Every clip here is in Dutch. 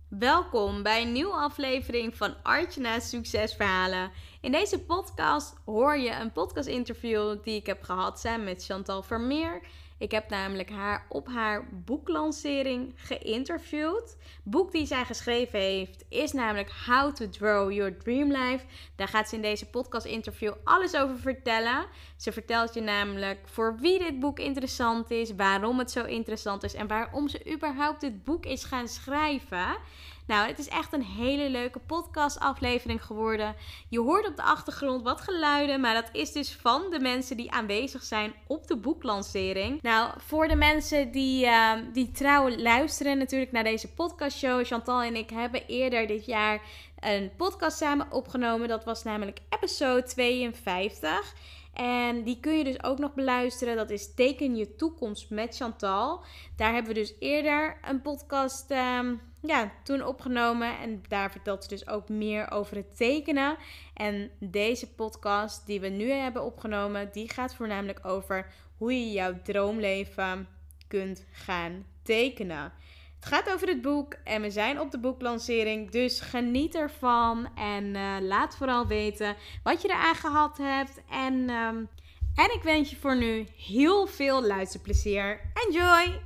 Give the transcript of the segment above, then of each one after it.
Welkom bij een nieuwe aflevering van Artjana's Succesverhalen. In deze podcast hoor je een podcastinterview die ik heb gehad samen met Chantal Vermeer. Ik heb namelijk haar op haar boeklancering geïnterviewd. Het boek die zij geschreven heeft is namelijk How to Draw Your Dream Life. Daar gaat ze in deze podcastinterview alles over vertellen. Ze vertelt je namelijk voor wie dit boek interessant is, waarom het zo interessant is en waarom ze überhaupt dit boek is gaan schrijven. Nou, het is echt een hele leuke podcastaflevering geworden. Je hoort op de achtergrond wat geluiden, maar dat is dus van de mensen die aanwezig zijn op de boeklancering. Nou, voor de mensen die trouw luisteren natuurlijk naar deze podcastshow. Chantal en ik hebben eerder dit jaar een podcast samen opgenomen. Dat was namelijk episode 52. En die kun je dus ook nog beluisteren. Dat is Teken je toekomst met Chantal. Daar hebben we dus eerder een podcast toen opgenomen. En daar vertelt ze dus ook meer over het tekenen. En deze podcast die we nu hebben opgenomen, die gaat voornamelijk over hoe je jouw droomleven kunt gaan tekenen. Het gaat over het boek en we zijn op de boeklancering, dus geniet ervan en laat vooral weten wat je eraan gehad hebt. En ik wens je voor nu heel veel luisterplezier. Enjoy!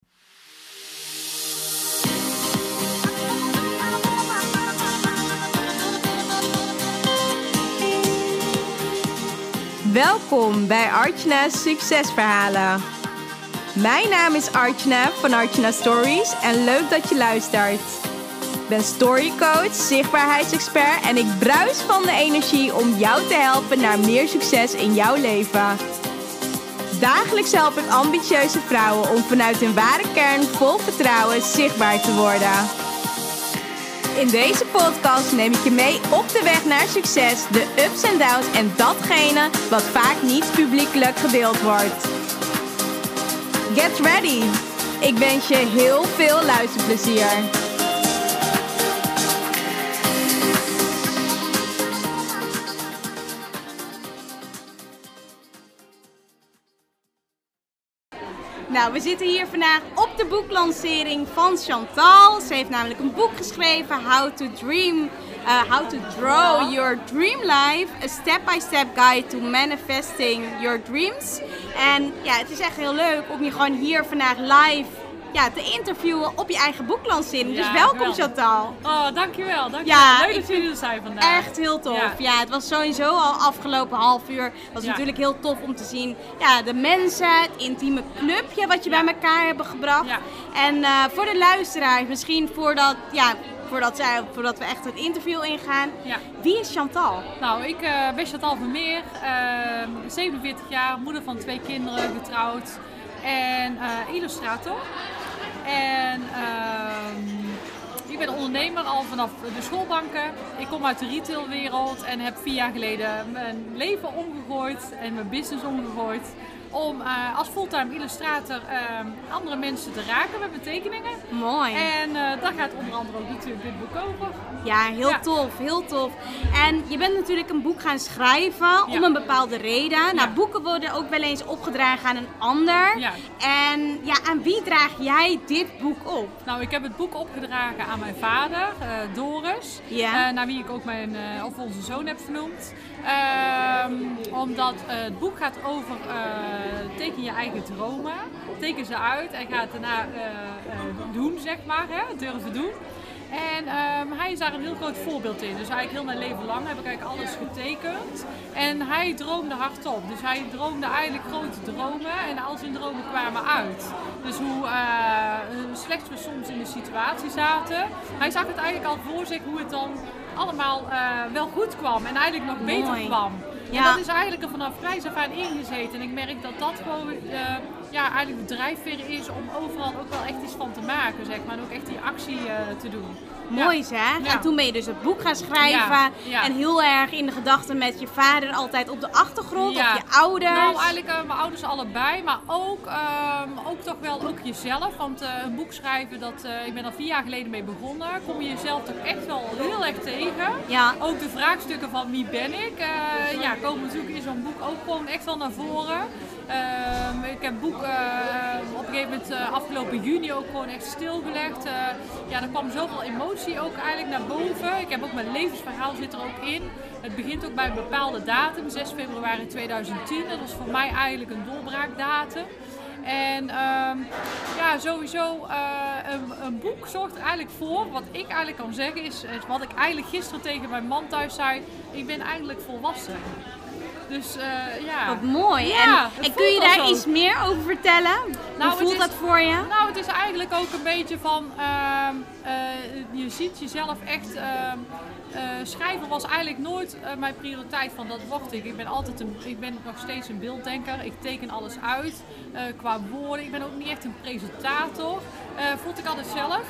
Welkom bij Artjana's Succesverhalen. Mijn naam is Artjana van Artjana Stories en leuk dat je luistert. Ik ben storycoach, zichtbaarheidsexpert en ik bruis van de energie om jou te helpen naar meer succes in jouw leven. Dagelijks help ik ambitieuze vrouwen om vanuit hun ware kern vol vertrouwen zichtbaar te worden. In deze podcast neem ik je mee op de weg naar succes, de ups en downs en datgene wat vaak niet publiekelijk gedeeld wordt. Get ready! Ik wens je heel veel luisterplezier. Nou, we zitten hier vandaag op de boeklancering van Chantal. Ze heeft namelijk een boek geschreven, How to Draw Your Dream Life. A Step-by-Step Guide to Manifesting Your Dreams. En ja, het is echt heel leuk om je gewoon hier vandaag live te interviewen op je eigen boeklancering. Dus welkom geweldig. Chantal. Oh, dankjewel. Ja, leuk dat jullie er zijn vandaag. Echt heel tof. Ja, het was sowieso al afgelopen half uur. Het was natuurlijk heel tof om te zien. Ja, de mensen, het intieme clubje wat je bij elkaar hebben gebracht. Ja. En voor de luisteraars, misschien voordat we echt het interview ingaan. Ja. Wie is Chantal? Nou, ik ben Chantal Vermeer, 47 jaar, moeder van 2 kinderen, getrouwd en illustrator. En ik ben ondernemer al vanaf de schoolbanken. Ik kom uit de retailwereld en heb 4 jaar geleden mijn leven omgegooid en mijn business omgegooid. Om als fulltime illustrator andere mensen te raken met mijn tekeningen. Mooi. En daar gaat onder andere ook natuurlijk dit boek over. Ja, heel tof. En je bent natuurlijk een boek gaan schrijven om een bepaalde reden. Ja. Nou, boeken worden ook wel eens opgedragen aan een ander. Ja. En aan wie draag jij dit boek op? Nou, ik heb het boek opgedragen aan mijn vader, Doris. Ja. Naar wie ik ook onze zoon heb vernoemd. Omdat het boek gaat over teken je eigen dromen, teken ze uit en ga het daarna doen, zeg maar, durven doen. En hij is daar een heel groot voorbeeld in. Dus eigenlijk heel mijn leven lang heb ik eigenlijk alles getekend. En hij droomde hardop. Dus hij droomde eigenlijk grote dromen en al zijn dromen kwamen uit. Dus hoe slecht we soms in de situatie zaten. Hij zag het eigenlijk al voor zich hoe het dan allemaal wel goed kwam en eigenlijk nog beter kwam. Ja. En dat is eigenlijk er vanaf prijs af aan ingezeten. En ik merk dat dat gewoon eigenlijk de drijfveer is om overal ook wel echt iets van te maken, zeg maar. En ook echt die actie te doen. Mooi hè? Ja. En toen ben je dus het boek gaan schrijven. Ja. En heel erg in de gedachten met je vader altijd op de achtergrond, of je ouders. Nou, eigenlijk mijn ouders allebei, maar ook toch wel ook jezelf. Want een boek schrijven, ik ben er 4 jaar geleden mee begonnen. Kom je jezelf toch echt wel heel erg tegen. Ja. Ook de vraagstukken van wie ben ik, komen natuurlijk in zo'n boek ook gewoon echt wel naar voren. Ik heb het boek op een gegeven moment afgelopen juni ook gewoon echt stilgelegd. Er kwam zoveel emotie ook eigenlijk naar boven. Ik heb ook mijn levensverhaal zit er ook in. Het begint ook bij een bepaalde datum, 6 februari 2010. Dat was voor mij eigenlijk een doorbraakdatum. En sowieso een boek zorgt er eigenlijk voor, wat ik eigenlijk kan zeggen is, wat ik eigenlijk gisteren tegen mijn man thuis zei, ik ben eigenlijk volwassen. Dus Wat mooi. Ja, en kun je daar iets meer over vertellen? Nou, Hoe voelt dat voor je? Nou, het is eigenlijk ook een beetje van, je ziet jezelf echt... schrijven was eigenlijk nooit mijn prioriteit van dat word ik. Ik ben nog steeds een beelddenker. Ik teken alles uit qua woorden. Ik ben ook niet echt een presentator. Vond ik altijd zelf.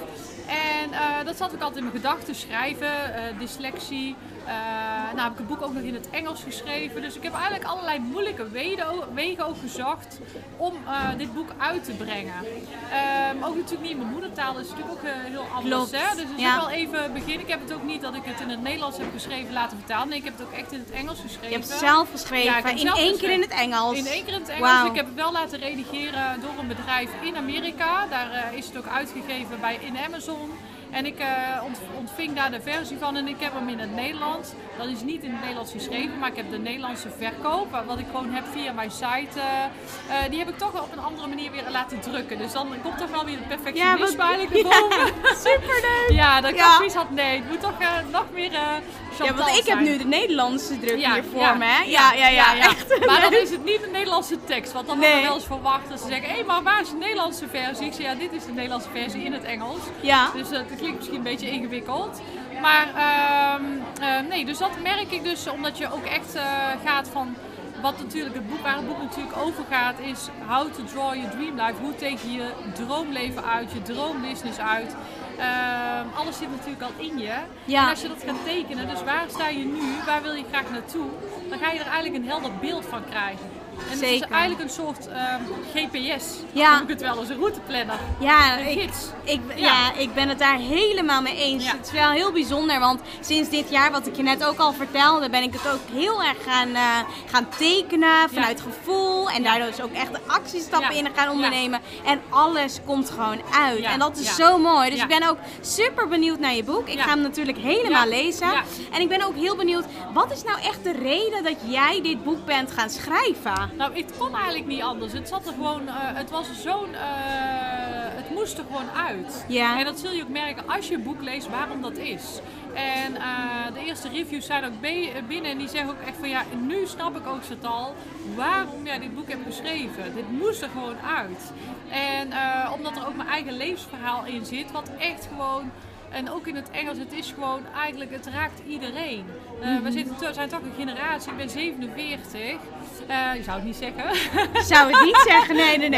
En dat zat ook altijd in mijn gedachten. Schrijven, dyslexie. Nou heb ik het boek ook nog in het Engels geschreven. Dus ik heb eigenlijk allerlei moeilijke wegen ook gezocht om dit boek uit te brengen. Ook natuurlijk niet in mijn moedertaal. Dat is natuurlijk ook heel anders. Hè? Dus het is ook wel even beginnen. Ik heb het ook niet dat ik het in het Nederlands heb geschreven laten vertalen. Nee, ik heb het ook echt in het Engels geschreven. Je hebt het zelf geschreven? Ja, in één keer in het Engels? In één keer in het Engels. Wow. Ik heb het wel laten redigeren door een bedrijf in Amerika. Daar is het ook uitgegeven in Amazon. En ik ontving daar de versie van en ik heb hem in het Nederlands. Dat is niet in het Nederlands geschreven, maar ik heb de Nederlandse verkoop. Wat ik gewoon heb via mijn site. Die heb ik toch op een andere manier weer laten drukken. Dus dan komt toch wel weer het perfectionisme eigenlijk naar boven. Superleuk! Ja, dat ik zoiets had. Nee, het moet toch nog meer Chantal want ik heb nu de Nederlandse druk hier voor me. Hè? Ja, echt. Maar dan is het niet de Nederlandse tekst. Want dan wordt er wel eens verwacht dat ze zeggen, hé, maar waar is de Nederlandse versie? Ik zeg, dit is de Nederlandse versie in het Engels. Ja. Dus dat klinkt misschien een beetje ingewikkeld. Maar nee, dus dat merk ik dus, omdat je ook echt gaat van... Waar het boek natuurlijk over gaat, is how to draw your dream life. Hoe teken je droomleven uit, je droombusiness uit. Alles zit natuurlijk al in je. Ja. En als je dat gaat tekenen, dus waar sta je nu, waar wil je graag naartoe, dan ga je er eigenlijk een helder beeld van krijgen. En het is eigenlijk een soort GPS, noem ik het wel, als een routeplanner, een gids. Ik ben het daar helemaal mee eens. Ja. Het is wel heel bijzonder, want sinds dit jaar, wat ik je net ook al vertelde, ben ik het ook heel erg gaan tekenen vanuit gevoel. En daardoor dus ook echt de actiestappen in gaan ondernemen. Ja. En alles komt gewoon uit. Ja. En dat is zo mooi. Dus ik ben ook super benieuwd naar je boek. Ik ga hem natuurlijk helemaal lezen. Ja. En ik ben ook heel benieuwd, wat is nou echt de reden dat jij dit boek bent gaan schrijven? Nou, het kon eigenlijk niet anders. Het zat er gewoon, het was zo'n, het moest er gewoon uit. Ja. En dat zul je ook merken als je een boek leest waarom dat is. En de eerste reviews zijn ook binnen en die zeggen ook echt van ja, nu snap ik ook Chantal waarom jij dit boek hebt geschreven. Dit moest er gewoon uit. En omdat er ook mijn eigen levensverhaal in zit, wat echt gewoon... En ook in het Engels, het is gewoon eigenlijk, het raakt iedereen. We zijn toch een generatie, ik ben 47. Je zou het niet zeggen. Je zou het niet zeggen, nee.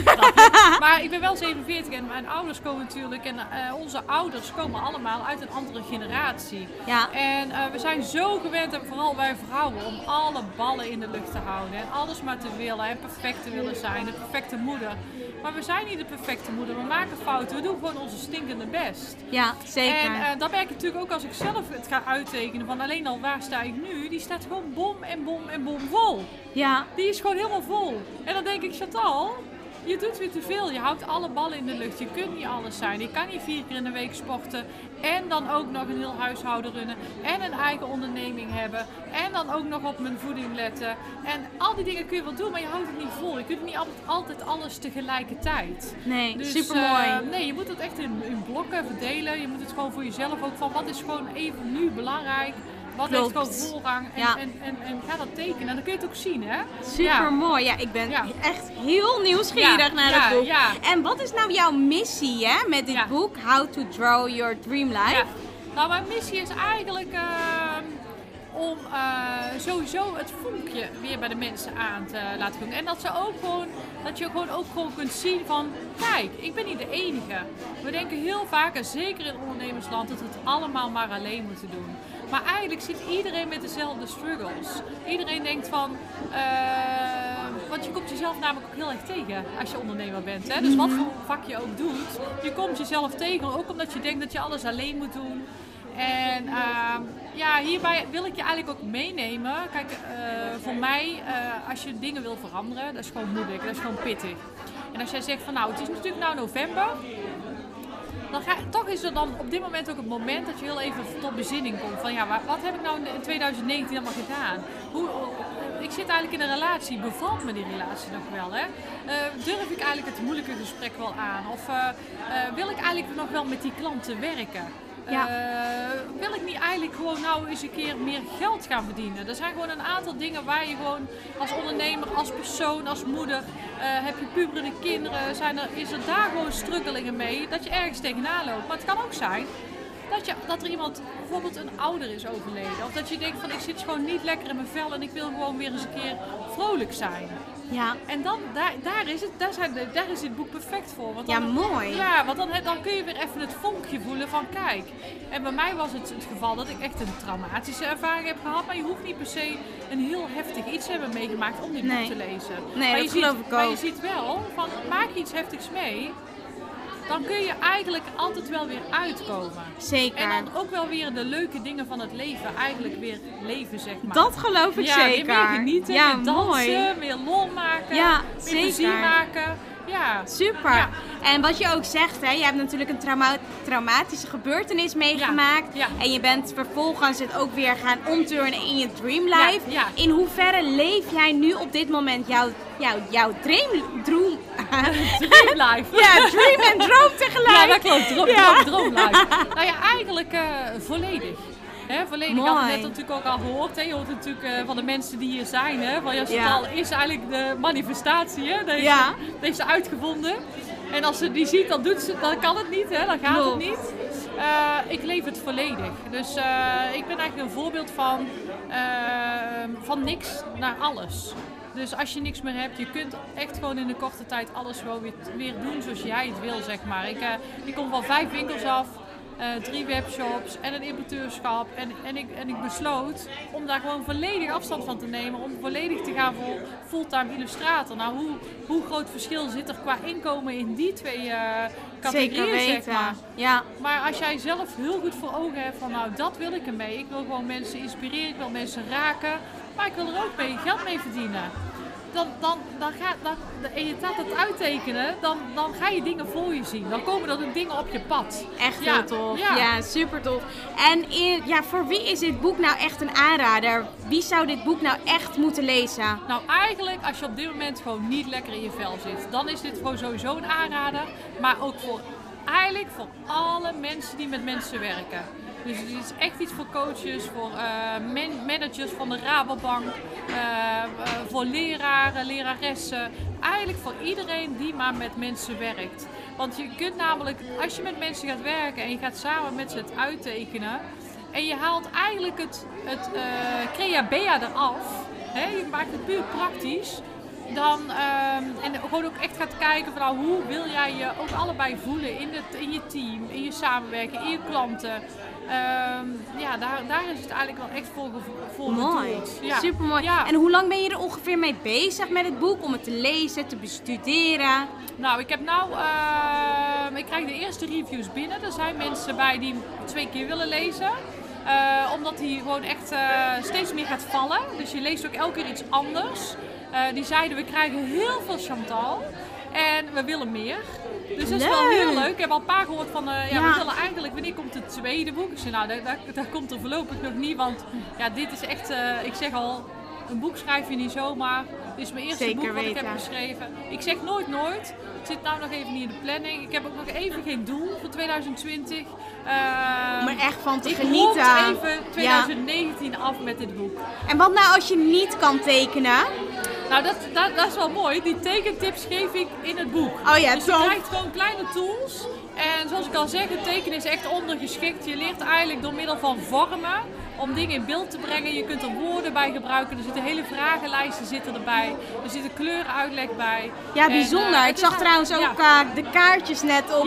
Maar ik ben wel 47 en mijn ouders komen natuurlijk, en onze ouders komen allemaal uit een andere generatie. Ja. En we zijn zo gewend, en vooral wij vrouwen, om alle ballen in de lucht te houden. En alles maar te willen en perfect te willen zijn, de perfecte moeder. Maar we zijn niet de perfecte moeder, we maken fouten, we doen gewoon onze stinkende best. Ja, zeker. En dat merk ik natuurlijk ook als ik zelf het ga uittekenen, van alleen al waar sta ik nu, die staat gewoon bom en bom en bom vol. Ja. Die is gewoon helemaal vol. En dan denk ik, Chantal, je doet weer te veel. Je houdt alle ballen in de lucht. Je kunt niet alles zijn. Je kan niet 4 keer in de week sporten. En dan ook nog een heel huishouden runnen. En een eigen onderneming hebben. En dan ook nog op mijn voeding letten. En al die dingen kun je wel doen, maar je houdt het niet vol. Je kunt niet altijd alles tegelijkertijd. Nee, dus, supermooi. Nee, je moet het echt in blokken verdelen. Je moet het gewoon voor jezelf ook van, wat is gewoon even nu belangrijk. Wat heeft gewoon voorrang en ga dat tekenen. En dan kun je het ook zien, hè? Super mooi. Ja, ik ben echt heel nieuwsgierig naar het boek. Ja. En wat is nou jouw missie met dit boek? How to Draw Your Dream Life? Ja. Nou, mijn missie is eigenlijk om sowieso het vonkje weer bij de mensen aan te laten komen. En dat je gewoon kunt zien van, kijk, ik ben niet de enige. We denken heel vaak, en zeker in ondernemersland, dat we het allemaal maar alleen moeten doen. Maar eigenlijk zit iedereen met dezelfde struggles. Iedereen denkt van... want je komt jezelf namelijk ook heel erg tegen als je ondernemer bent. Hè? Dus wat voor vak je ook doet, je komt jezelf tegen. Ook omdat je denkt dat je alles alleen moet doen. En hierbij wil ik je eigenlijk ook meenemen. Kijk, voor mij, als je dingen wil veranderen, dat is gewoon moeilijk, dat is gewoon pittig. En als jij zegt van nou, het is natuurlijk nou november, dan toch is er dan op dit moment ook het moment dat je heel even tot bezinning komt. Van ja, wat heb ik nou in 2019 allemaal gedaan? Ik zit eigenlijk in een relatie, bevalt me die relatie nog wel? Hè? Durf ik eigenlijk het moeilijke gesprek wel aan? Of wil ik eigenlijk nog wel met die klanten werken? Ja. Wil ik niet eigenlijk gewoon nou eens een keer meer geld gaan verdienen? Er zijn gewoon een aantal dingen waar je gewoon als ondernemer, als persoon, als moeder, heb je puberende kinderen, is er daar gewoon struggelingen mee dat je ergens tegenaan loopt. Maar het kan ook zijn dat er iemand, bijvoorbeeld een ouder is overleden. Of dat je denkt van ik zit gewoon niet lekker in mijn vel en ik wil gewoon weer eens een keer vrolijk zijn. Ja. En dan, daar is dit boek perfect voor. Want dan, mooi. Ja, want dan kun je weer even het vonkje voelen van kijk. En bij mij was het geval dat ik echt een traumatische ervaring heb gehad. Maar je hoeft niet per se een heel heftig iets te hebben meegemaakt om dit boek te lezen. Nee, maar dat geloof ik ook. Maar je ziet wel, van maak je iets heftigs mee, dan kun je eigenlijk altijd wel weer uitkomen. Zeker. En dan ook wel weer de leuke dingen van het leven eigenlijk weer leven, zeg maar. Dat geloof ik zeker. Weer meer genieten, meer dansen, meer lol maken, meer plezier maken. Ja. Super. Ja. En wat je ook zegt, hè, je hebt natuurlijk een traumatische gebeurtenis meegemaakt. Ja. Ja. En je bent vervolgens het ook weer gaan omturnen in je dream life. Ja. Ja. In hoeverre leef jij nu op dit moment jouw dream life? Ja, dream en droom tegelijk. Ja, dat klopt. Droom life. Nou ja, eigenlijk volledig. Volledig. Ik had het net natuurlijk ook al gehoord. Hè. Je hoort natuurlijk van de mensen die hier zijn. Hè, van Chantal is eigenlijk de manifestatie. Hè. Dat heeft ze uitgevonden. En als ze die ziet, dan kan het niet. Hè. Dan gaat het niet. Ik leef het volledig. Dus ik ben eigenlijk een voorbeeld van niks naar alles. Dus als je niks meer hebt, je kunt echt gewoon in een korte tijd alles gewoon weer doen zoals jij het wil, zeg maar. Ik kom van 5 winkels af. 3 webshops en een importeurschap. En ik besloot om daar gewoon volledig afstand van te nemen. Om volledig te gaan voor fulltime illustrator. Nou, hoe groot verschil zit er qua inkomen in die twee categorieën, zeg maar. Ja. Maar als jij zelf heel goed voor ogen hebt van nou, dat wil ik ermee. Ik wil gewoon mensen inspireren, ik wil mensen raken. Maar ik wil er ook geld mee verdienen. En je gaat het uittekenen, dan ga je dingen voor je zien. Dan komen er dingen op je pad. Echt heel tof. Ja, super tof. En voor wie is dit boek nou echt een aanrader? Wie zou dit boek nou echt moeten lezen? Nou, eigenlijk als je op dit moment gewoon niet lekker in je vel zit, dan is dit gewoon sowieso een aanrader. Maar ook voor alle mensen die met mensen werken. Dus het is echt iets voor coaches, voor managers van de Rabobank, voor leraren, leraressen. Eigenlijk voor iedereen die maar met mensen werkt. Want je kunt namelijk, als je met mensen gaat werken en je gaat samen met ze het uittekenen. En je haalt eigenlijk het Crea Bea eraf. Hè, je maakt het puur praktisch. En gewoon ook echt gaat kijken van nou, hoe wil jij je ook allebei voelen in je team, in je samenwerking, in je klanten. Daar is het eigenlijk wel echt voor mooi. Ja. Super mooi. Ja. En hoe lang ben je er ongeveer mee bezig met het boek? Om het te lezen, te bestuderen? Nou, ik krijg de eerste reviews binnen. Er zijn mensen bij die 2 keer willen lezen. Omdat hij gewoon echt steeds meer gaat vallen. Dus je leest ook elke keer iets anders. Die zeiden we krijgen heel veel Chantal. En we willen meer. Dus dat is wel heel leuk. Ik heb al een paar gehoord van, we willen eigenlijk, wanneer komt het tweede boek? Ik zei, nou, dat komt er voorlopig nog niet, want dit is echt, ik zeg al, een boek schrijf je niet zomaar. Dit is mijn eerste boek wat ik heb geschreven. Ik zeg nooit. Het zit nou nog even niet in de planning. Ik heb ook nog even geen doel voor 2020. Om er echt van te genieten. Ik rond even 2019 af met dit boek. En wat nou als je niet kan tekenen? Nou, dat is wel mooi. Die tekentips geef ik in het boek. Oh ja, dus je krijgt gewoon kleine tools. En zoals ik al zeg, het tekenen is echt ondergeschikt. Je leert eigenlijk door middel van vormen om dingen in beeld te brengen. Je kunt er woorden bij gebruiken. Er zitten hele vragenlijsten erbij. Er zit een kleurenuitleg bij. Ja, bijzonder. Ik zag trouwens ook de kaartjes net op,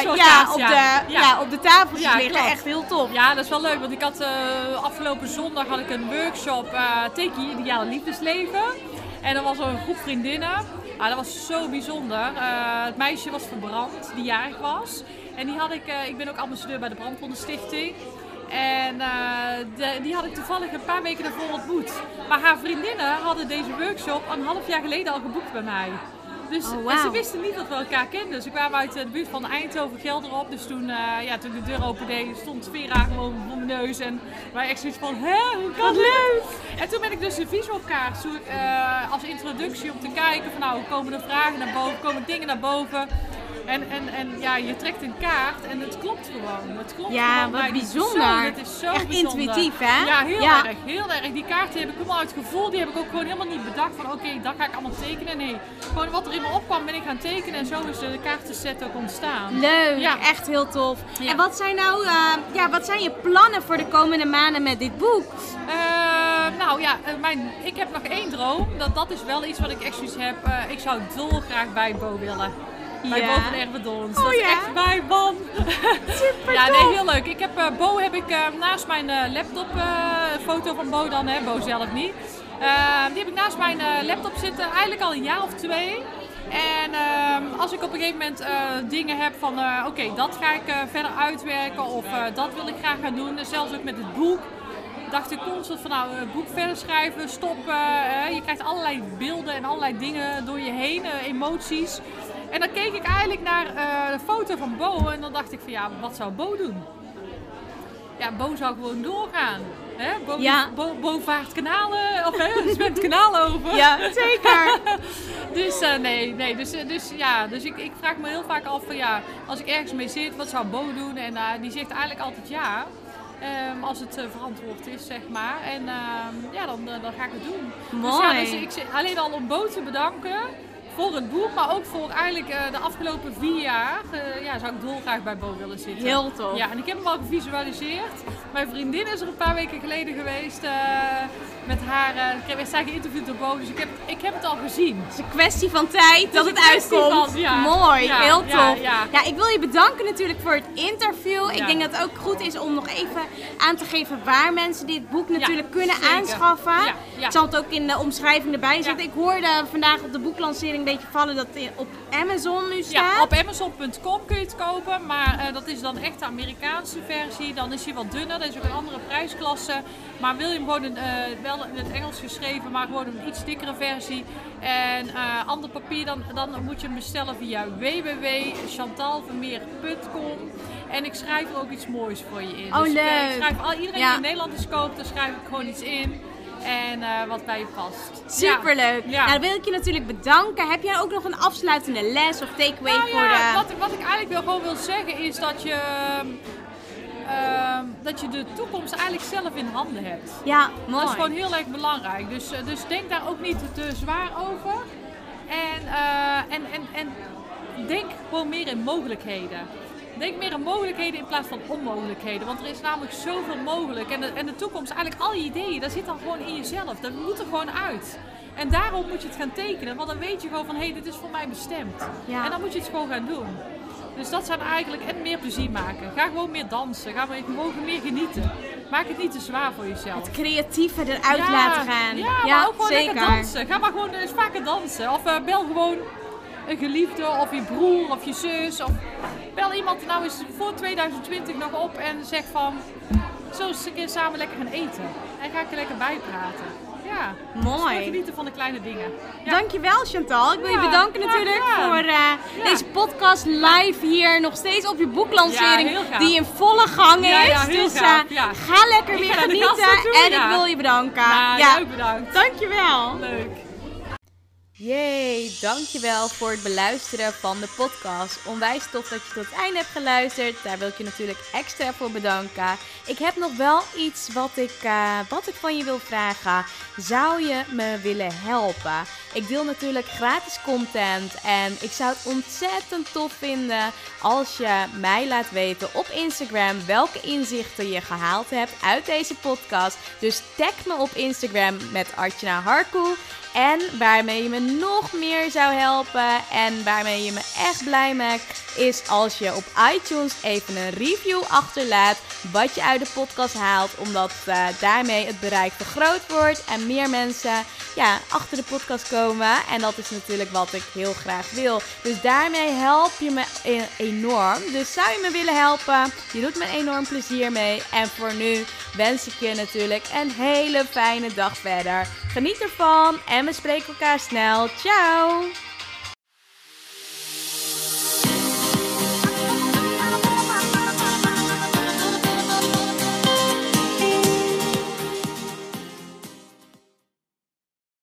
op de tafeltjes liggen. Klopt. Echt heel tof. Ja, dat is wel leuk. Want ik had afgelopen zondag had ik een workshop Teken je ideale liefdesleven. En er was een groep vriendinnen. Dat was zo bijzonder. Het meisje was verbrand, die jarig was. En die had ik ben ook ambassadeur bij de Brandwondenstichting. En die had ik toevallig een paar weken daarvoor ontmoet. Maar haar vriendinnen hadden deze workshop een half jaar geleden al geboekt bij mij. Dus en ze wisten niet dat we elkaar kenden. Ze kwamen uit de buurt van Eindhoven, Gelderop. Dus toen de deur opendeed, stond Vera gewoon voor mijn neus. En wij echt zoiets van, hoe kan dit? Leuk! En toen ben ik dus een visumkaart als introductie om te kijken van hoe komen er vragen naar boven, komen dingen naar boven. En je trekt een kaart en het klopt gewoon. Het klopt gewoon. Wat bijzonder. Het is zo echt bijzonder. Intuïtief, hè? Ja, heel erg. Die kaarten heb ik helemaal uit gevoel. Die heb ik ook gewoon helemaal niet bedacht van oké, dat ga ik allemaal tekenen. Nee, gewoon wat er in me opkwam ben ik gaan tekenen. En zo is de kaartenset ook ontstaan. Leuk, echt heel tof. Ja. En wat zijn nou, wat zijn je plannen voor de komende maanden met dit boek? Ik heb nog één droom. Dat is wel iets wat ik echt zoiets heb. Ik zou dolgraag bij Bo willen. Bij Bo van Ervedons. Dat is echt bij Ban. Super ja, nee, heel leuk. Ik heb Bo naast mijn laptop, foto van Bo dan, Bo zelf niet. Die heb ik naast mijn laptop zitten, eigenlijk al een jaar of 2. En als ik op een gegeven moment dingen heb van dat ga ik verder uitwerken of dat wil ik graag gaan doen. Zelfs ook met het boek. Dacht ik constant van het boek verder schrijven, stoppen. Je krijgt allerlei beelden en allerlei dingen door je heen, emoties. En dan keek ik eigenlijk naar de foto van Bo en dan dacht ik van wat zou Bo doen? Ja, Bo zou gewoon doorgaan. Hè? Bo vaart kanalen, of zwemt kanalen over. Ja, zeker. Dus ik vraag me heel vaak af van als ik ergens mee zit, wat zou Bo doen? En die zegt eigenlijk altijd ja. Als het verantwoord is, zeg maar. En dan ga ik het doen. Mooi. Dus ik alleen al om Bo te bedanken voor het boek, maar ook voor eigenlijk de afgelopen 4 jaar zou ik dolgraag bij Bo willen zitten. Heel tof. Ja, en ik heb hem al gevisualiseerd. Mijn vriendin is er een paar weken geleden geweest met haar. Ik heb geïnterviewd door Bo, dus ik heb het al gezien. Het is een kwestie van tijd dat het uitkomt. Mooi, heel tof. Ja, ik wil je bedanken natuurlijk voor het interview. Ik denk dat het ook goed is om nog even aan te geven waar mensen dit boek natuurlijk kunnen aanschaffen. Ik zal het ook in de omschrijving erbij zetten. Ik hoorde vandaag op de boeklancering een beetje vallen dat het op Amazon nu staat. Ja, op Amazon.com kun je het kopen, maar dat is dan echt de Amerikaanse versie. Dan is hij wat dunner, dat is ook een andere prijsklasse. Maar wil je hem gewoon wel in het Engels geschreven, maar gewoon een iets dikkere versie. En ander papier, dan moet je hem bestellen via www.chantalvermeer.com. En ik schrijf er ook iets moois voor je in. Oh, dus leuk. Ik schrijf iedereen die in Nederland is koopt, dan schrijf ik gewoon iets in. En wat bij je past. Superleuk. Ja. Nou, dan wil ik je natuurlijk bedanken. Heb jij ook nog een afsluitende les of takeaway voor de... Wat ik eigenlijk gewoon wil zeggen is dat je de toekomst eigenlijk zelf in handen hebt. Ja, mooi. Dat is gewoon heel erg belangrijk. Dus denk daar ook niet te zwaar over. En denk gewoon meer in mogelijkheden. Denk meer aan mogelijkheden in plaats van onmogelijkheden. Want er is namelijk zoveel mogelijk. En de toekomst, eigenlijk al je ideeën, dat zit dan gewoon in jezelf. Dat moet er gewoon uit. En daarom moet je het gaan tekenen. Want dan weet je gewoon van, dit is voor mij bestemd. Ja. En dan moet je het gewoon gaan doen. Dus dat zijn eigenlijk, en meer plezier maken. Ga gewoon meer dansen. Ga mogen meer genieten. Maak het niet te zwaar voor jezelf. Het creatieve eruit laten gaan. Ja, maar ook gewoon lekker dansen. Ga maar gewoon eens vaker dansen. Of bel gewoon een geliefde of je broer of je zus. Of bel iemand nou eens voor 2020 nog op en zeg van, zullen we eens een keer samen lekker gaan eten. En ga ik er lekker bij praten. Ja, mooi. Dus genieten van de kleine dingen. Ja. Dankjewel Chantal. Ik wil je bedanken natuurlijk voor deze podcast live hier. Nog steeds op je boeklancering die in volle gang is. Ja, dus ga lekker weer genieten. En ik wil je bedanken. Ja, ook bedankt. Dankjewel. Leuk. Yay, dankjewel voor het beluisteren van de podcast. Onwijs tof dat je tot het einde hebt geluisterd. Daar wil ik je natuurlijk extra voor bedanken. Ik heb nog wel iets wat ik van je wil vragen. Zou je me willen helpen? Ik deel natuurlijk gratis content en ik zou het ontzettend tof vinden als je mij laat weten op Instagram welke inzichten je gehaald hebt uit deze podcast. Dus tag me op Instagram met Artjana Harkoe en waarmee je me nog meer zou helpen en waarmee je me echt blij maakt, is als je op iTunes even een review achterlaat wat je uit de podcast haalt, omdat daarmee het bereik vergroot wordt en meer mensen achter de podcast komen. En dat is natuurlijk wat ik heel graag wil. Dus daarmee help je me enorm. Dus zou je me willen helpen? Je doet me enorm plezier mee. En voor nu wens ik je natuurlijk een hele fijne dag verder. Geniet ervan en we spreken elkaar snel. Ciao!